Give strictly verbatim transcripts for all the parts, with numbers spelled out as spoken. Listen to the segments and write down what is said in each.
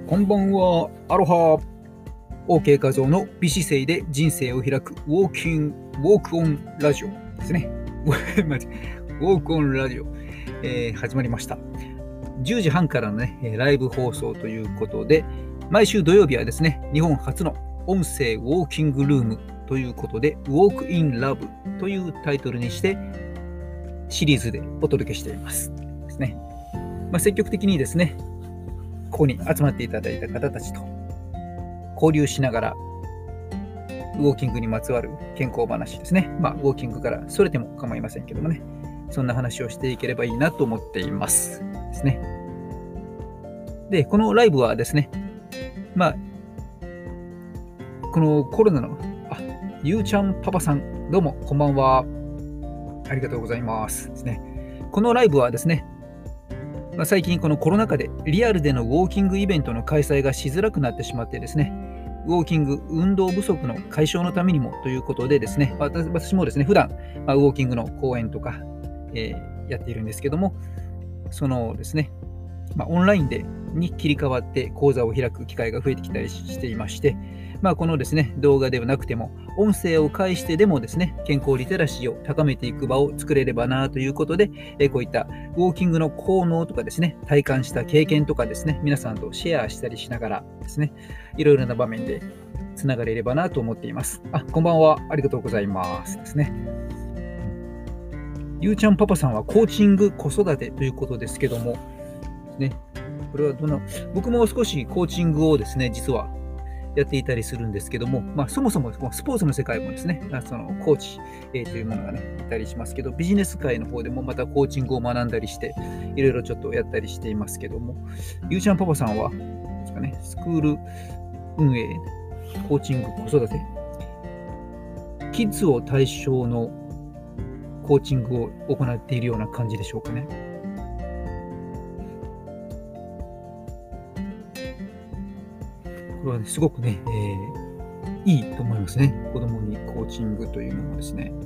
こんばんは、アロハ。OK 画像の美姿勢で人生を開くウォーキング、ウォークオンラジオですね。ウォークオンラジオ、えー、始まりました。じゅうじはんからのね、ライブ放送ということで、毎週土曜日はですね、日本初の音声ウォーキングルームということで、ウォークインラブというタイトルにして、シリーズでお届けしていますですね。まあ、積極的にですね、ここに集まっていただいた方たちと交流しながら、ウォーキングにまつわる健康話ですね。まあ、ウォーキングからそれても構いませんけどもね、そんな話をしていければいいなと思っていますですね。で、このライブはですね、まあ、このコロナの、あ、ゆうちゃんパパさん、どうもこんばんは。ありがとうございますですね。このライブはですね、まあ、最近このコロナ禍でリアルでのウォーキングイベントの開催がしづらくなってしまってですね、ウォーキング運動不足の解消のためにもということでですね、私, 私もですね、普段、まあ、ウォーキングの講演とか、えー、やっているんですけども、そのですね、まあ、オンラインでに切り替わって講座を開く機会が増えてきたりしていまして、まあ、このですね、動画ではなくても、音声を介してでもですね、健康リテラシーを高めていく場を作れればなということで、えこういったウォーキングの効能とかですね、体感した経験とかですね、皆さんとシェアしたりしながらですね、いろいろな場面でつながれればなと思っています。あ、こんばんは。ありがとうございますですね。ゆうちゃんパパさんはコーチング子育てということですけども、ね、これはどんな、僕も少しコーチングをですね、実はやっていたりするんですけども、まあ、そもそもスポーツの世界もですね、そのコーチ、えー、というものがね、いたりしますけど、ビジネス界の方でもまたコーチングを学んだりして、いろいろちょっとやったりしていますけども、ゆうちゃんパパさんは、ですかね、スクール運営、コーチング、子育て、キッズを対象のコーチングを行っているような感じでしょうかね。これは、ね、すごくね、えー、いいと思いますね。子供にコーチングというのもですね。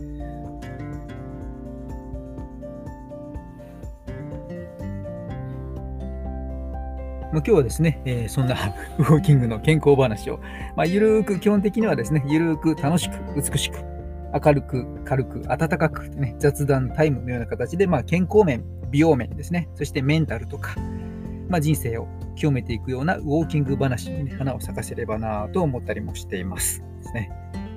まあ、今日はですね、えー、そんなウォーキングの健康話を、まあ、ゆるーく、基本的にはですね、ゆるーく、楽しく、美しく、明るく、軽く、温かく、ね、雑談タイムのような形で、まあ、健康面、美容面ですね、そしてメンタルとか、まあ、人生を清めていくようなウォーキング話に、ね、花を咲かせればなと思ったりもしていますですね。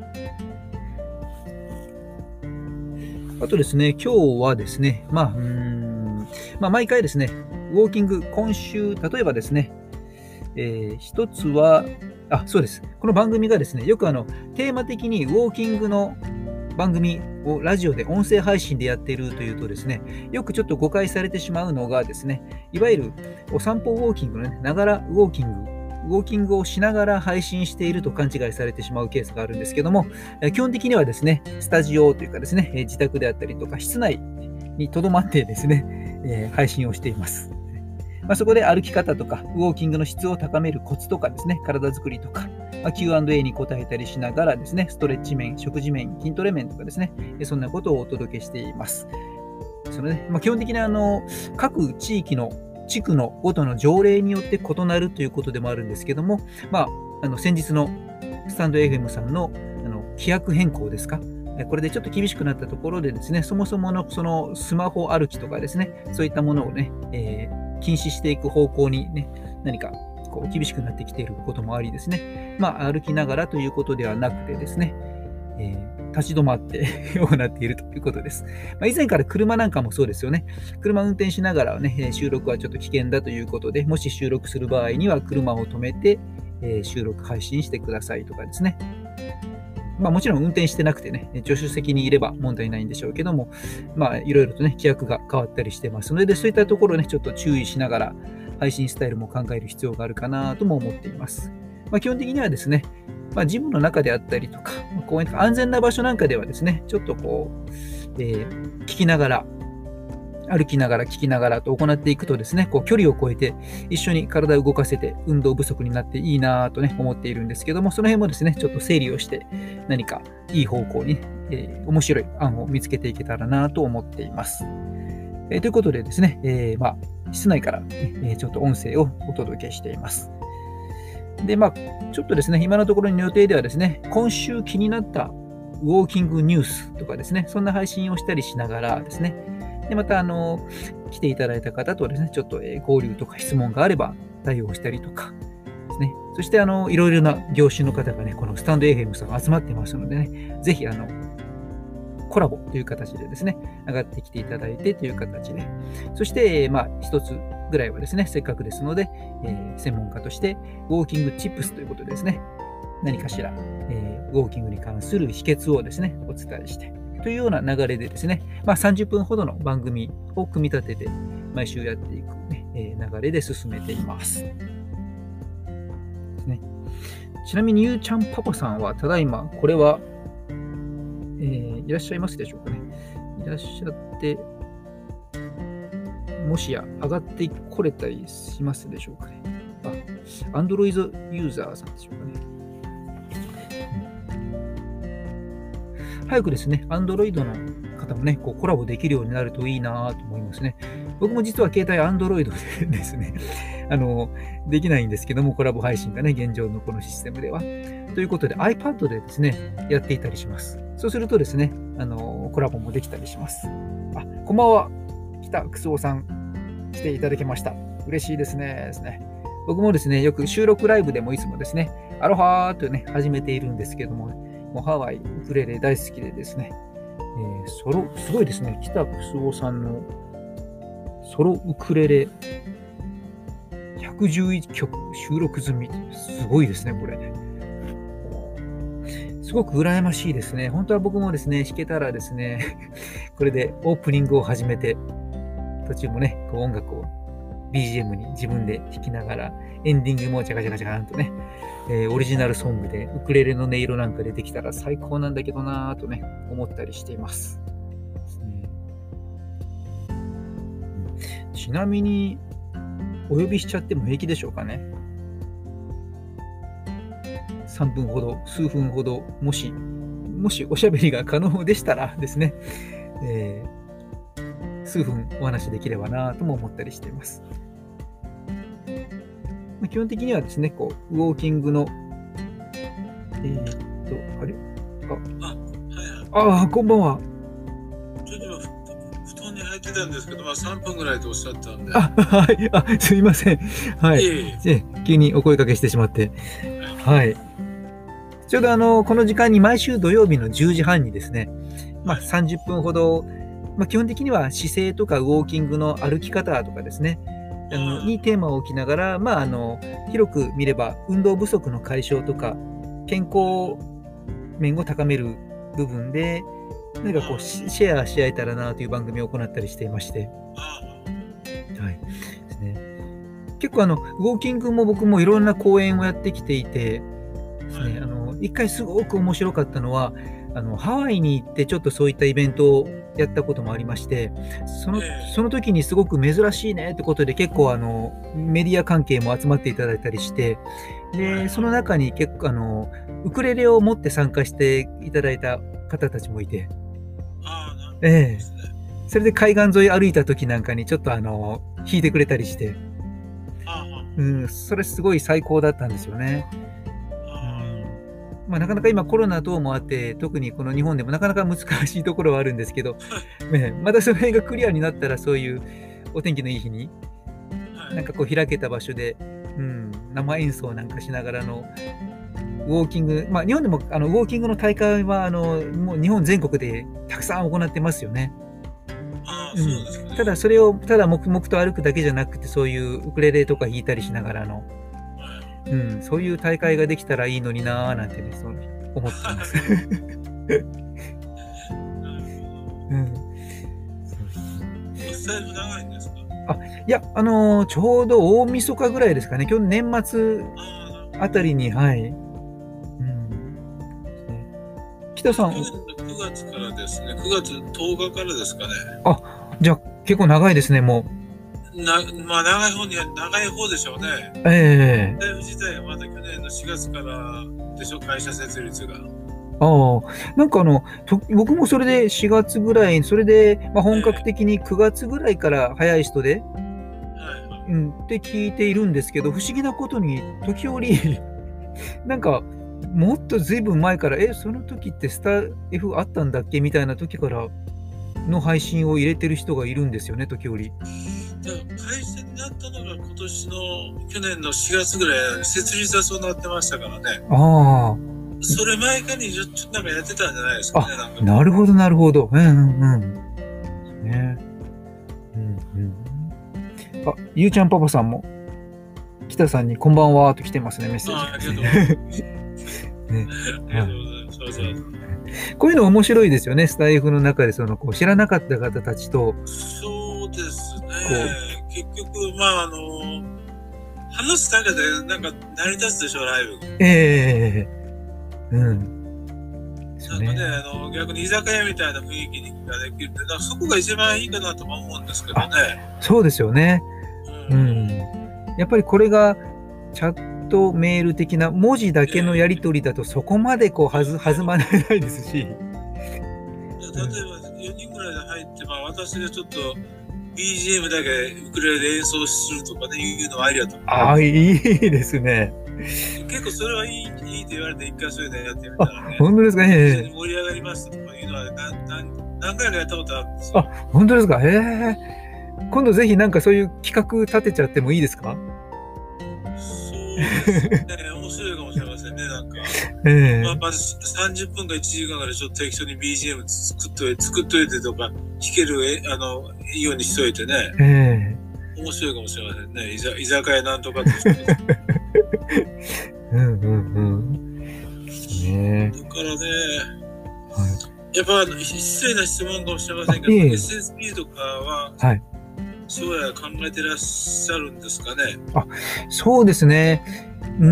あとですね、今日はですね、まあ、うーん、まあ、毎回ですね、ウォーキング、今週、例えばですね、えー、一つは、あ、そうです。この番組がですね、よくあの、テーマ的にウォーキングの番組をラジオで音声配信でやっているというとですね、よくちょっと誤解されてしまうのがですね、いわゆるお散歩ウォーキングのね、ながらウォーキング、ウォーキングをしながら配信していると勘違いされてしまうケースがあるんですけども、基本的にはですね、スタジオというかですね、自宅であったりとか、室内にとどまってですね、えー、配信をしています。まあ、そこで歩き方とか、ウォーキングの質を高めるコツとかですね、体作りとか、まあ、キューアンドエー に答えたりしながらですね、ストレッチ面、食事面、筋トレ面とかですね、そんなことをお届けしています。そのね、まあ、基本的にあの各地域の地区のごとの条例によって異なるということでもあるんですけども、まあ、あの先日のスタンド エフエム さんの、あの規約変更ですか、これでちょっと厳しくなったところでですね、そもそものそのスマホ歩きとかですね、そういったものをね、えー禁止していく方向にね、何かこう厳しくなってきていることもありですね、まあ、歩きながらということではなくてですね、えー、立ち止まって行っているということです。まあ、以前から車なんかもそうですよね。車運転しながらね、収録はちょっと危険だということで、もし収録する場合には車を止めて、えー、収録配信してくださいとかですね。まあ、もちろん運転してなくてね、助手席にいれば問題ないんでしょうけども、まあ、いろいろとね、規約が変わったりしてますので、そういったところをね、ちょっと注意しながら、配信スタイルも考える必要があるかなとも思っています。まあ、基本的にはですね、まあ、ジムの中であったりとか、公園とか安全な場所なんかではですね、ちょっとこう、えー、聞きながら、歩きながら聞きながらと行っていくとですね、こう距離を超えて一緒に体を動かせて運動不足になっていいなとね、思っているんですけども、その辺もですね、ちょっと整理をして何かいい方向に、えー、面白い案を見つけていけたらなと思っています。えー、ということでですね、えー、まあ、室内から、ね、ちょっと音声をお届けしています。 で、まあ、ちょっとですね、今のところの予定ではですね、今週気になったウォーキングニュースとかですね、そんな配信をしたりしながらですね、でまた、あの、来ていただいた方とですね、ちょっと交流とか質問があれば対応したりとかですね、そして、あの、いろいろな業種の方がね、このスタンド エフエム さん集まってますのでね、ぜひ、あの、コラボという形でですね、上がってきていただいてという形で、そして、まあ、一つぐらいはですね、せっかくですので、えー、専門家として、ウォーキングチップスということでですね、何かしら、えー、ウォーキングに関する秘訣をですね、お伝えして、というような流れでですね、まあ、さんじゅっぷんほどの番組を組み立てて、毎週やっていく、ねえー、流れで進めています。ですね、ちなみに、ゆうちゃんパパさんは、ただいま、これは、えー、いらっしゃいますでしょうかね。いらっしゃって、もしや上がってこれたりしますでしょうかね。あ、Android ユーザーさんでしょうかね。うん、早くですね、Android の方もね、こうコラボできるようになるといいなと思いますね。僕も実は携帯 Android でですね、あの、できないんですけども、コラボ配信がね、現状のこのシステムでは。ということで iPad でですね、やっていたりします。そうするとですね、あの、コラボもできたりします。あ、こんばんは。北くすおさん、来ていただきました。嬉しいですね。ですね。僕もですね、よく収録ライブでもいつもですね、アロハーとね、始めているんですけども、もうハワイ、ウクレレ大好きでですね、えー、ソロ、すごいですね、北くすおさんのソロウクレレひゃくじゅういっきょく収録済み。すごいですね、これね。すごく羨ましいですね。本当は僕もですね、弾けたらですね、これでオープニングを始めて、途中もね、こう音楽を ビージーエム に自分で弾きながら、エンディングもチャカチャカチャカンとね、えー、オリジナルソングでウクレレの音色なんか出てきたら最高なんだけどなぁとね、思ったりしています。ちなみに、お呼びしちゃっても平気でしょうかね。さんぷんほど、数分ほど、もし、もしおしゃべりが可能でしたらですね、えー、数分お話できればなとも思ったりしています。まあ、基本的にはですね、こう、ウォーキングの、えー、っと、あれあ、あ、はいはい。あ、こんばんは。 ちょっと布団に入ってたんですけど、まあ、さんぷんぐらいとおっしゃったんで。 あ、はい。あ、すいません。はい。 ええ、 急にお声かけしてしまって。はい。ちょうどあの、この時間に毎週土曜日のじゅうじはんにですね、まあ、さんじゅっぷんほど、まあ、基本的には姿勢とかウォーキングの歩き方とかですね、あのにテーマを置きながら、まあ、あの広く見れば運動不足の解消とか健康面を高める部分で何かこうシェアし合えたらなという番組を行ったりしていまして、はいですね、結構あのウォーキングも僕もいろんな講演をやってきていてですね、あの一回すごく面白かったのはあのハワイに行ってちょっとそういったイベントをやったこともありまして、その、その時にすごく珍しいねってことで結構あのメディア関係も集まっていただいたりして、でその中に結構あのウクレレを持って参加していただいた方たちもいて、ええ、それで海岸沿い歩いた時なんかにちょっとあの弾いてくれたりして、うん、それすごい最高だったんですよね。まあ、なかなか今コロナ等もあって特にこの日本でもなかなか難しいところはあるんですけど、ね、またその辺がクリアになったらそういうお天気のいい日になんかこう開けた場所で、うん、生演奏なんかしながらのウォーキング、まあ、日本でもあのウォーキングの大会はあのもう日本全国でたくさん行ってますよね。うん、ただそれをただ黙々と歩くだけじゃなくてそういうウクレレとか弾いたりしながらのうん、そういう大会ができたらいいのになーなんてね、そう思ってます。うん、 実際も長いんですか？ あ、いや、あのー、ちょうど大晦日ぐらいですかね、今日年末あたりに、はい。うん、北さん。 くがつからですね、くがつとおかからですかね。 あ、じゃあ結構長いですね、もう。 なまあ長い方には長い方でしょうね。 ええー。 大夫自体はまた去年のしがつからでしょ、会社設立が。 ああ、なんかあの、と僕もそれでしがつぐらい、それで、まあ、本格的にくがつぐらいから早い人で、 うん、って聞いているんですけど、不思議なことに時折なんかもっとずいぶん前から、え、その時ってスタ F あったんだっけみたいな時からの配信を入れてる人がいるんですよね、時折。 だから会社になったのが今年の去年のしがつぐらい、設立はそうなってましたからね。 ああ。 それ前かにちょっとなんかやってたんじゃないですかね。なんかなるほど、なるほど。うんうんうん。ね。うんうん。あ、ゆうちゃんパパさんも、北さんにこんばんはと来てますね、メッセージ。 あありがとうございます。 ね、 ありがとうございます。そうそうこういうの面白いですよね、スタイフの中でそのこう知らなかった方たちと。 そうですね。結局、まあ、あの、話すだけでなんか成り立つでしょ、ライブ。 ええー、うん。 なんかね、あの、逆に居酒屋みたいな雰囲気ができるんで、だからそこが一番いいかなとも思うんですけどね。 そうですよね。うん。うん、やっぱりこれが、チャットメール的な文字だけのやり取りだとそこまでこうはず弾まないですし。例えばよにんぐらいで入って、まあ、私がちょっと ビージーエム だけウクレレで演奏するとかね、いうのはアイデアとか。 ああ、いいですね。 結構それはいい、いいって言われて一回それでやってみたらね。 本当ですかね。 盛り上がりましたとかいうのは何、何、何回かやったことあるんですよ。 あ、本当ですか。へえ。今度ぜひなんかそういう企画立てちゃってもいいですか？ そうですね。面白いかもしれませんね、なんか。えー、まあ、まずさんじゅっぷんかいちじかんぐらいちょっと適当に ビージーエム 作っといて、作っといてとか、弾ける、あの、ようにしといてね。えー、面白いかもしれませんね。居酒屋なんとかとして。 うんうんうん。ね、 だからね、はい、やっぱ失礼な質問かもしれませんけど、エスエスピー とかは、はい、将来考えてらっしゃるんですかね。 あ、そうですね。うん、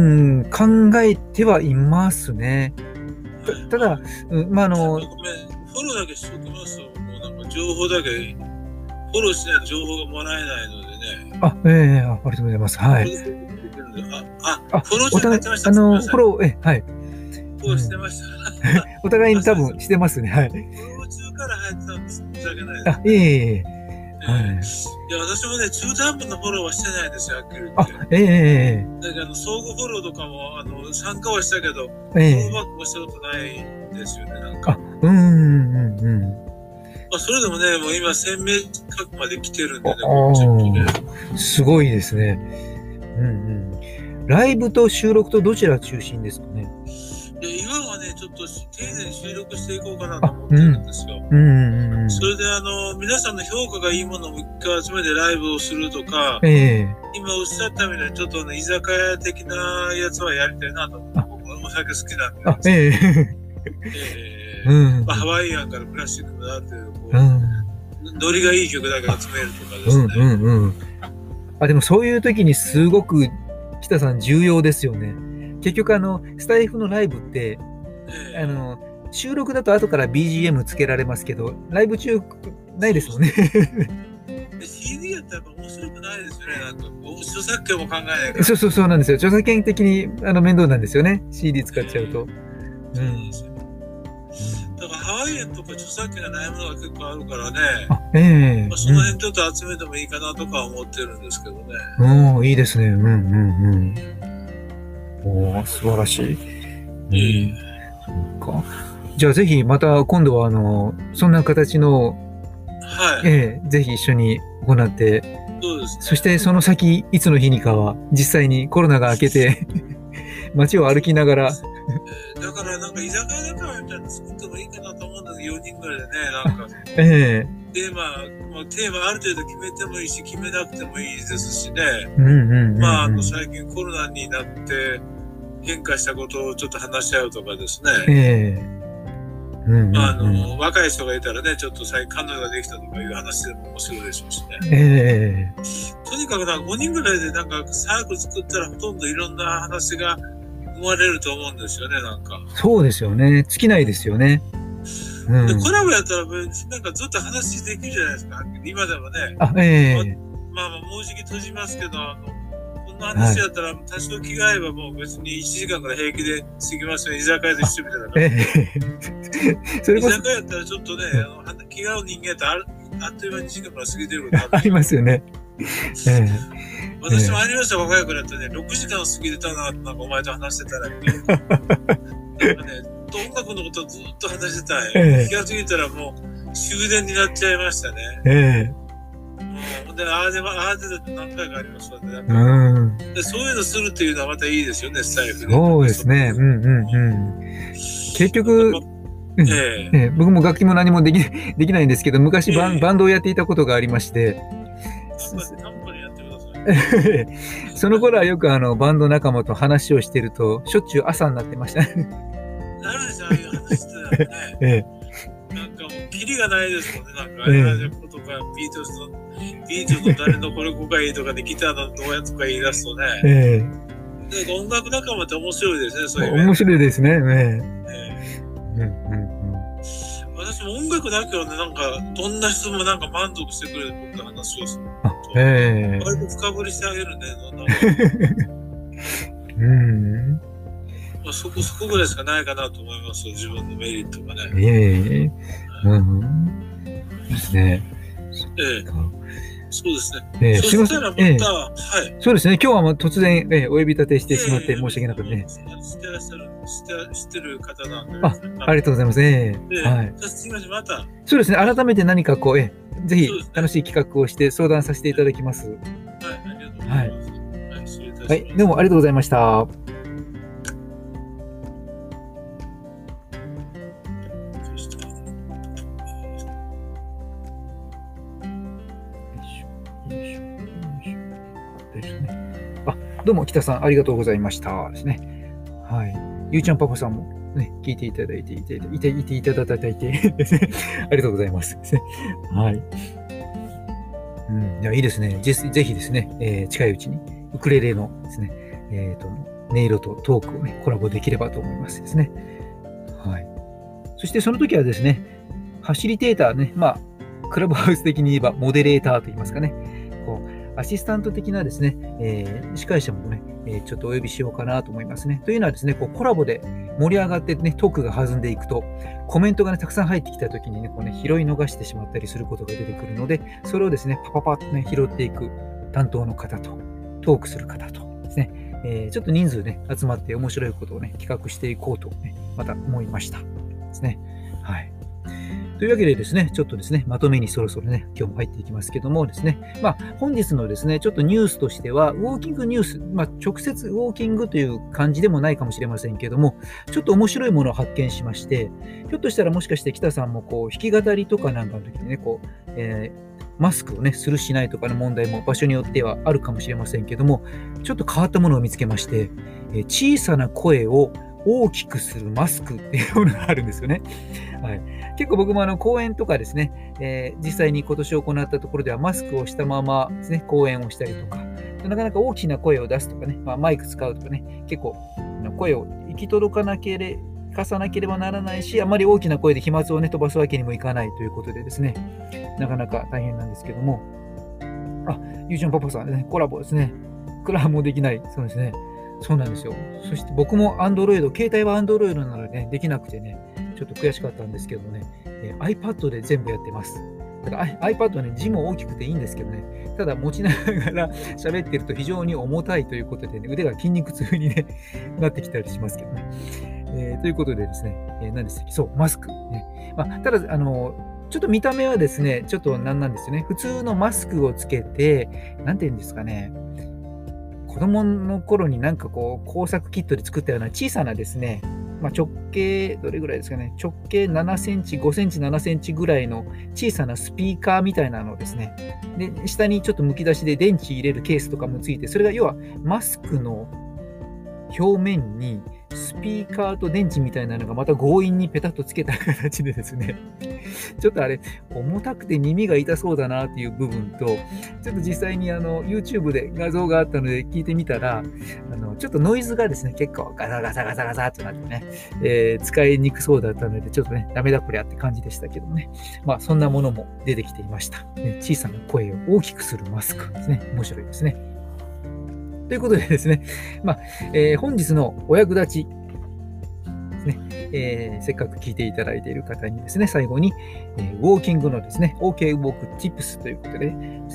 考えてはいますね。はい、た, ただ、うん、まあ、あの、 フォローだけしておきますと、もうなんか情報だけ、フォローしないと情報がもらえないのでね。 あ、ええー、あ、ありがとうございます。はい。 あ、あ、フォローしてました。 あの、フォロー、え、はい。 フォローしてました。 お互いに多分してますね。はい。 フォロー中から入ってたんです。申し訳ないです。あ、いえいえ。 はい。いや、私もね、中途半端なフォローはしてないんですよ、はっきり言って。 あ、ええー。だから、あの、相互フォローとかも、あの、参加はしたけど、えー、フォローバックもしたことないんですよね、なんか。 あ、うんうんうん。 まあ、それでもね、もう今、せんめい近くまで来てるんでね、こっちもね。 すごいですね。うんうん。ライブと収録とどちら中心ですかね。 今はね、ちょっと丁寧に収録していこうかなと思ってるんですよ。 うんうんうん、 それで、あの、皆さんの評価がいいものを一回集めてライブをするとか、 えー、 今おっしゃったみたいに、ちょっと、ね、居酒屋的なやつはやりたいなと思って、僕もお酒好きなんで。 あ、えーえーうんまあ、ハワイアンからクラシックだっていう、こう、うん、ノリがいい曲だけ集めるとかですね。 うんうんうん、あ、でもそういう時にすごく北さん重要ですよね。結局あのスタイフのライブって、えー、あの収録だと後から ビージーエム つけられますけど、ライブ中ないですもんね。 シーディー やったらやっぱ面白くないですよね。なんか著作権も考えないから。 そうそうそうなんですよ。著作権的にあの面倒なんですよね。シーディー 使っちゃうと。 えー、そうなんですよ。だからハワイアンとか著作権がないものが結構あるからね。 えーまあ、その辺ちょっと集めてもいいかなとか思ってるんですけどね。 うん、いいですね。うんうんうん。おー、素晴らしい。 えー、 そうか。じゃあぜひまた今度はあのそんな形の、 はい、 えー、ぜひ一緒に行って、 そうですね、 そしてその先いつの日にかは実際にコロナが明けて街を歩きながら、 えー、だからなんか居酒屋だからみたいなの作ってもいいかなと思うんだけど、よにんぐらいでね、なんか、 えー、 テーマ、まあ、テーマある程度決めてもいいし決めなくてもいいですしね、 うんうんうんうん、 まあ、あの最近コロナになって変化したことをちょっと話し合うとかですね、 えーうんうんうん、 まあ、あの若い人がいたらね、ちょっと最近彼女ができたとかいう話でも面白いでしょうしね。 えー、とにかくなんかごにんぐらいでなんかサークル作ったらほとんどいろんな話が生まれると思うんですよね、なんか。 そうですよね。尽きないですよね。 うん、でコラボやったらなんかずっと話できるじゃないですか。今でもね。 あ、えー、 まあまあもうじき閉じますけど、あのこんな話やったら多少着替えばもう別にいちじかんから平気で過ぎますよね。居酒屋で一緒みたいな感じ。えー、それこそ居酒屋やったらちょっとね、あの気が合う人間ってあるあっという間ににじかんから過ぎてることある。 ありますよね。 え私もありました、若い子だとね、ろくじかん過ぎてたな、なんかお前と話してたら、なんかね、音楽のことずっと話してたんよ。 ええ、 気がついたらもう終電になっちゃいましたね。 えうん、で、ああでも、ああでだって何回かありますので、なんえ、 か、 うん。 で、そういうのするっていうのはまたいいですよね、スタイフで。 そうですね。うんうんうん。結局、うんええええ、僕も楽器も何もでき、できないんですけど、昔バン、 ええバンドをやっていたことがありまして、 タンパでやってください。 その頃はよくあのバンド仲間と話をしてると、しょっちゅう朝になってました。 なるでしょ、ああいう話してたらね。 ええ、 なんかもう、キリがないですもんね。なんか、あええれラジオとか、ビートルズの、ビートルズの誰のこれこがいいとかで、ギターのどうやとか言い出すとね。 えで音楽仲間って面白いですね、そうえ、 いう面白いですね。ええ、 ええうんうん私も音楽だけはね、なんか、どんな人もなんか満足してくれる僕が話をするあ、ええ、 割と深掘りしてあげるね。なんかうん、 まあ、そこそこぐらいしかないかなと思いますよ、自分のメリットがね。 ええ、うん、ですね。 ええ、そうですね。 ええ、 そすいません。 したらまた、 ええ、 はい。 そうですね。今日はもう突然、ええ、お呼び立てしてしまって申し訳なくてね。 知ってらっしゃる、知って知ってる方なんで、ね。 あ、ありがとうございます。ええ、 ええ、 はい。 すみません、また。 そうですね。改めて何かこう、ええ、ぜひ楽しい企画をして相談させていただきます。 はい、ありがとうございます。はい、失礼いたします。 はい、どうもありがとうございました。あ、どうも北さんありがとうございましたですね。はい。ゆうちゃんパパさんもね、聞いていただいていて、いていていただいてですね。ありがとうございますですね。はい。うん、いやいいですね。ぜぜひですね、えー、近いうちにウクレレのですね、えーと、音色とトークをね、コラボできればと思いますですね。はい。そしてその時はですね、ファシリテーターね、まあ、クラブハウス的に言えばモデレーターと言いますかね、こうアシスタント的なですね、えー、司会者もね、えー、ちょっとお呼びしようかなと思いますね。というのはですね、こうコラボで盛り上がってね、トークが弾んでいくと、コメントがね、たくさん入ってきた時にね、こうね、拾い逃してしまったりすることが出てくるので、それをですね、パパパッとね、拾っていく担当の方と、トークする方とですね、えー、ちょっと人数ね、集まって面白いことをね、企画していこうとね、また思いました。ですね。はい。というわけでですね、ちょっとですね、まとめにそろそろね、今日も入っていきますけどもですね、まあ、本日のですね、ちょっとニュースとしては、ウォーキングニュース、まあ、直接ウォーキングという感じでもないかもしれませんけども、ちょっと面白いものを発見しまして、ひょっとしたらもしかして北さんもこう、弾き語りとかなんかの時にね、こう、えー、マスクをね、するしないとかの問題も場所によってはあるかもしれませんけども、ちょっと変わったものを見つけまして、えー、小さな声を大きくするマスクっていうものがあるんですよね。はい、結構僕もあの講演とかですね、えー、実際に今年行ったところではマスクをしたままですね、講演をしたりとか、なかなか大きな声を出すとかね、まあ、マイク使うとかね、結構声を行き届かなければ、貸さなければならないし、あまり大きな声で飛沫をね、飛ばすわけにもいかないということでですね、なかなか大変なんですけども、あ、ゆうちゃんパパさんね、コラボですね。コラボもできない。そうですね。そうなんですよ。そして僕も Android、携帯は Android なのでね、できなくてね、ちょっと悔しかったんですけどもね、えー、iPad で全部やってます。だから iPad はね、字も大きくていいんですけどね、ただ持ちながら喋ってると非常に重たいということでね、腕が筋肉痛に、ね、なってきたりしますけどね。えー、ということでですね、えー、何でしたっけ、そう、マスク、ね。まあ、ただ、あの、ちょっと見た目はですね、ちょっとなんなんですよね。普通のマスクをつけて、なんて言うんですかね、子供の頃になんかこう工作キットで作ったような小さなですね、まあ、直径どれぐらいですかね、直径ななセンチ、ごセンチ、ななセンチぐらいの小さなスピーカーみたいなのをですね、で下にちょっとむき出しで電池入れるケースとかもついて、それが要はマスクの表面にスピーカーと電池みたいなのがまた強引にペタッとつけた形でですね、ちょっとあれ重たくて耳が痛そうだなっていう部分と、ちょっと実際にあの YouTube で画像があったので聞いてみたら、あのちょっとノイズがですね、結構ガサガサガサガサってなってね、えー、使いにくそうだったので、ちょっとね、ダメだこりゃって感じでしたけどね。まあそんなものも出てきていました。ね、小さな声を大きくするマスクですね。面白いですね。ということでですね、まあえー、本日のお役立ちですね、えー、せっかく聞いていただいている方にですね、最後に、えー、ウォーキングのですね、OK ウォーク Tips ということでですね、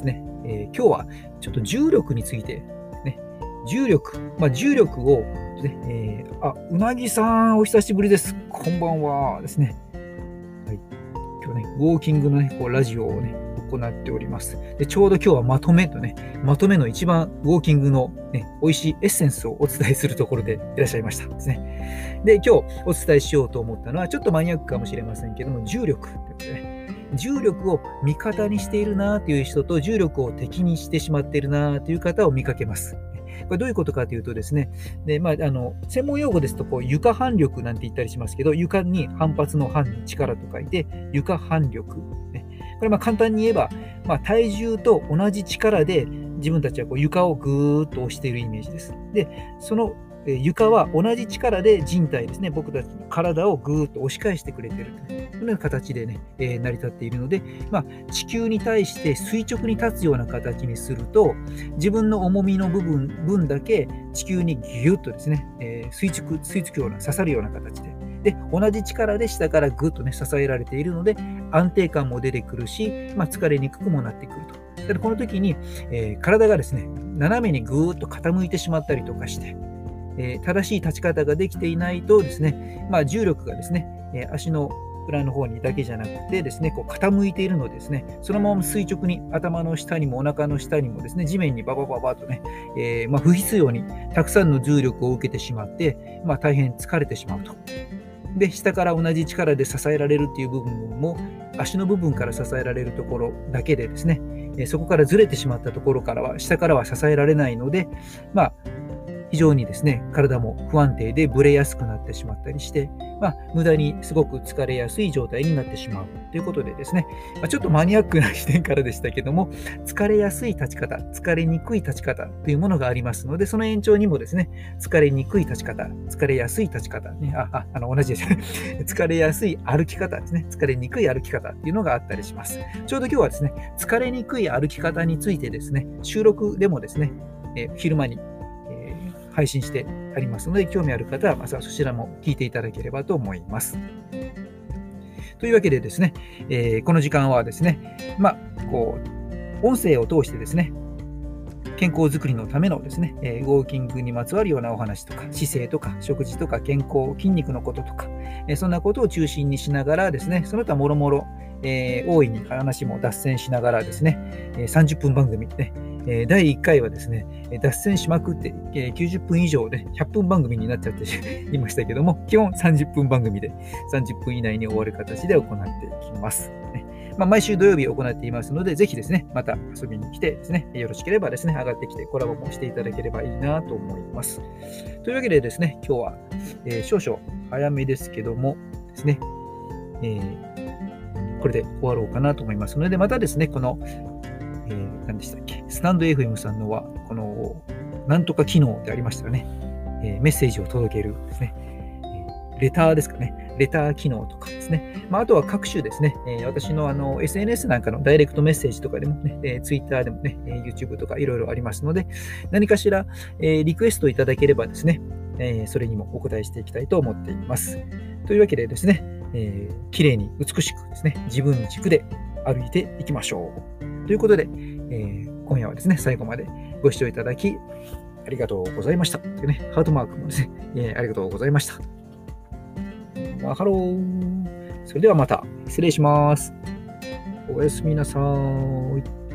えー、今日はちょっと重力について、ね、重力、まあ、重力を、ねえー、あ、うなぎさん、お久しぶりです。こんばんはですね。はい、今日ね、ウォーキングの、ね、こうラジオをね、行っております。で、ちょうど今日はまとめとね、まとめの一番ウォーキングの、ね、美味しいエッセンスをお伝えするところでいらっしゃいましたですね。で、今日お伝えしようと思ったのは、ちょっとマニアックかもしれませんけども、重力ということでね、重力を味方にしているなという人と、重力を敵にしてしまっているなという方を見かけます。これどういうことかというとですね、でまあ、あの専門用語ですとこう床反力なんて言ったりしますけど、床に反発の反に力と書いて床反力、ね、これまあ簡単に言えば、まあ、体重と同じ力で自分たちはこう床をぐーっと押しているイメージです。で、その床は同じ力で人体ですね、僕たちの体をぐーっと押し返してくれているというような形でね、えー、成り立っているので、まあ、地球に対して垂直に立つような形にすると、自分の重みの部分分だけ地球にギュッとですね、えー、垂直、吸い付くような、刺さるような形で、で、同じ力で下からぐっとね、支えられているので、安定感も出てくるし、まあ、疲れにくくもなってくると。ただこの時に、えー、体がですね、斜めにぐーっと傾いてしまったりとかして、えー、正しい立ち方ができていないとですね、まあ、重力がですね、えー、足の裏の方にだけじゃなくてですね、こう傾いているのでですね、そのまま垂直に頭の下にもお腹の下にもですね、地面にババババとね、えーまあ、不必要にたくさんの重力を受けてしまって、まあ、大変疲れてしまうと。で、下から同じ力で支えられるっていう部分も、足の部分から支えられるところだけでですね、えー、そこからずれてしまったところからは、下からは支えられないので、まあ、非常にですね、体も不安定でブレやすくなってしまったりして、まあ、無駄にすごく疲れやすい状態になってしまうということでですね、まあ、ちょっとマニアックな視点からでしたけども、疲れやすい立ち方、疲れにくい立ち方というものがありますので、その延長にもですね、疲れにくい立ち方、疲れやすい立ち方、ね、あ、あ、あの同じですね、疲れやすい歩き方ですね、疲れにくい歩き方っていうのがあったりします。ちょうど今日はですね、疲れにくい歩き方についてですね、収録でもですね、えー、昼間に配信してありますので、興味ある方はまたそちらも聞いていただければと思います。というわけでですね、えー、この時間はですね、まあ、こう、音声を通してですね、健康づくりのためのですね、えー、ウォーキングにまつわるようなお話とか、姿勢とか、食事とか、健康、筋肉のこととか、えー、そんなことを中心にしながらですね、その他もろもろ、えー、大いに話も脱線しながらですね、えー、さんじゅっぷん番組ね、えー、だいいっかいはですね、脱線しまくって、えー、きゅうじゅっぷん以上でひゃっぷん番組になっちゃっていましたけども、基本さんじゅっぷん番組でさんじゅっぷん以内に終わる形で行っていきます。ね、まあ、毎週土曜日行っていますので、ぜひですね、また遊びに来てですね、よろしければですね、上がってきてコラボもしていただければいいなと思います。というわけでですね、今日は、えー、少々早めですけどもですね、えー、これで終わろうかなと思いますので、またですね、この、えー、何でしたっけ、スタンド エフエム さんのは、この、なんとか機能でありましたよね、えー、メッセージを届けるですね、えー、レターですかね、レター機能とかですね、まあ、あとは各種ですね、えー、私のあの エスエヌエス なんかのダイレクトメッセージとかでもね、えー、Twitter でもね、えー、YouTube とかいろいろありますので、何かしら、えー、リクエストいただければですね、えー、それにもお答えしていきたいと思っています。というわけでですね、えー、綺麗に美しくですね、自分軸で歩いていきましょう。ということで、えー、今夜はですね、最後までご視聴いただきありがとうございました。というね、ハートマークもですね、えー、ありがとうございました。マハロー。それではまた失礼します。おやすみなさーい。